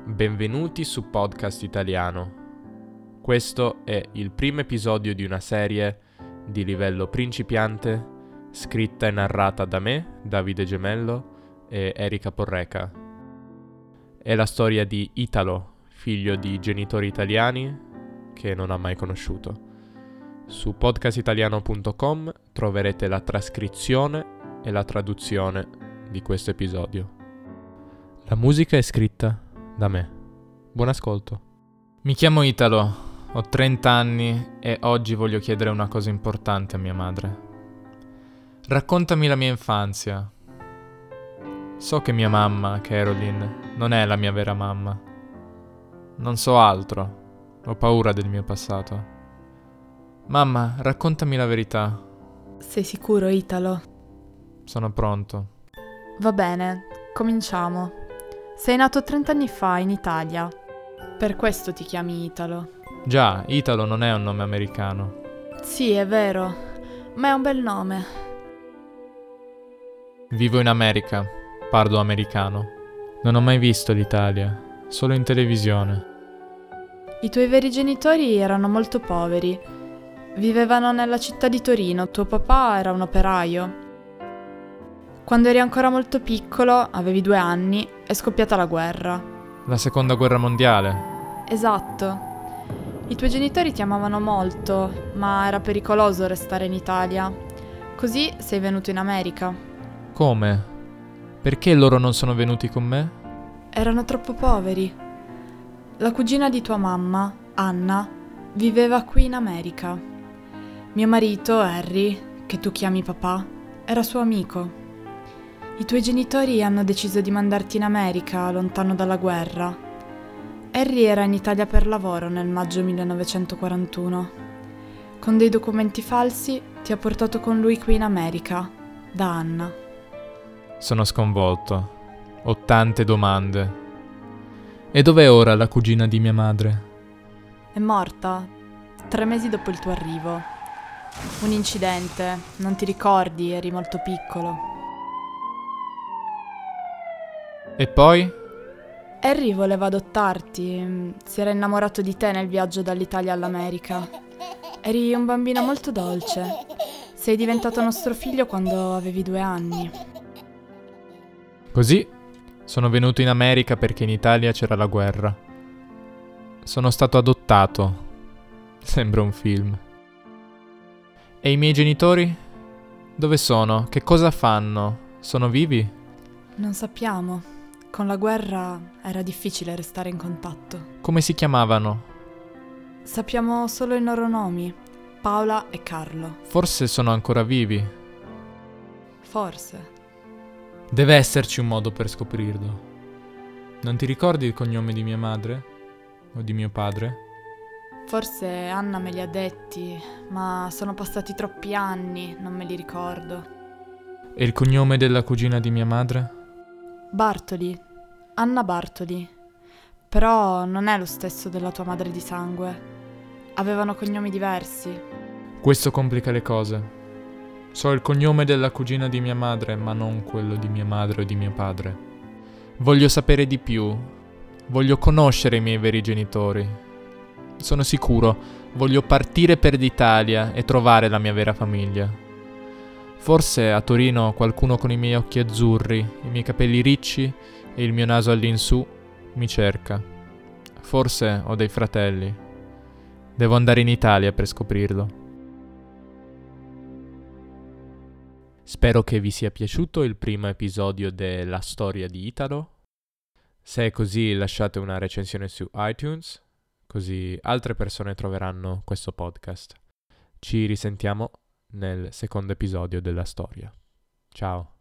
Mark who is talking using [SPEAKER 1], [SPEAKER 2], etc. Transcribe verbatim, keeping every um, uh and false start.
[SPEAKER 1] benvenuti su Podcast Italiano. Questo è il primo episodio di una serie di livello principiante scritta e narrata da me, Davide Gemello e Erika Porreca. È la storia di Italo, figlio di genitori italiani che non ha mai conosciuto. Su podcast italiano punto com troverete la trascrizione e la traduzione di questo episodio. La musica è scritta da me. Buon ascolto. Mi chiamo Italo, ho trenta anni e oggi voglio chiedere una cosa importante a mia madre. Raccontami la mia infanzia. So che mia mamma, Caroline, non è la mia vera mamma. Non so altro. Ho paura del mio passato. Mamma, raccontami la verità.
[SPEAKER 2] Sei sicuro, Italo?
[SPEAKER 1] Sono pronto.
[SPEAKER 2] Va bene, cominciamo. Sei nato trent'anni fa in Italia. Per questo ti chiami Italo.
[SPEAKER 1] Già, Italo non è un nome americano.
[SPEAKER 2] Sì, è vero, ma è un bel nome.
[SPEAKER 1] Vivo in America, parlo americano. Non ho mai visto l'Italia, solo in televisione.
[SPEAKER 2] I tuoi veri genitori erano molto poveri. Vivevano nella città di Torino, tuo papà era un operaio. Quando eri ancora molto piccolo, avevi due anni, è scoppiata la guerra.
[SPEAKER 1] La seconda guerra mondiale?
[SPEAKER 2] Esatto. I tuoi genitori ti amavano molto, ma era pericoloso restare in Italia. Così sei venuto in America.
[SPEAKER 1] Come? Perché loro non sono venuti con me?
[SPEAKER 2] Erano troppo poveri. La cugina di tua mamma, Anna, viveva qui in America. Mio marito, Harry, che tu chiami papà, era suo amico. I tuoi genitori hanno deciso di mandarti in America, lontano dalla guerra. Harry era in Italia per lavoro nel maggio millenovecentoquarantuno. Con dei documenti falsi ti ha portato con lui qui in America, da Anna.
[SPEAKER 1] Sono sconvolto. Ho tante domande. E dov'è ora la cugina di mia madre?
[SPEAKER 2] È morta, tre mesi dopo il tuo arrivo. Un incidente, non ti ricordi, eri molto piccolo.
[SPEAKER 1] E poi?
[SPEAKER 2] Harry voleva adottarti, si era innamorato di te nel viaggio dall'Italia all'America. Eri un bambino molto dolce. Sei diventato nostro figlio quando avevi due anni.
[SPEAKER 1] Così sono venuto in America perché in Italia c'era la guerra. Sono stato adottato. Sembra un film. E i miei genitori? Dove sono? Che cosa fanno? Sono vivi?
[SPEAKER 2] Non sappiamo. Con la guerra era difficile restare in contatto.
[SPEAKER 1] Come si chiamavano?
[SPEAKER 2] Sappiamo solo i loro nomi, Paola e Carlo.
[SPEAKER 1] Forse sono ancora vivi.
[SPEAKER 2] Forse.
[SPEAKER 1] Deve esserci un modo per scoprirlo. Non ti ricordi il cognome di mia madre? O di mio padre?
[SPEAKER 2] Forse Anna me li ha detti, ma sono passati troppi anni, non me li ricordo.
[SPEAKER 1] E il cognome della cugina di mia madre?
[SPEAKER 2] Bartoli, Anna Bartoli. Però non è lo stesso della tua madre di sangue. Avevano cognomi diversi.
[SPEAKER 1] Questo complica le cose. So il cognome della cugina di mia madre, ma non quello di mia madre o di mio padre. Voglio sapere di più. Voglio conoscere i miei veri genitori. Sono sicuro, voglio partire per l'Italia e trovare la mia vera famiglia. Forse a Torino qualcuno con i miei occhi azzurri, i miei capelli ricci e il mio naso all'insù mi cerca. Forse ho dei fratelli. Devo andare in Italia per scoprirlo. Spero che vi sia piaciuto il primo episodio della storia di Italo. Se è così, lasciate una recensione su iTunes, così altre persone troveranno questo podcast. Ci risentiamo nel secondo episodio della storia. Ciao.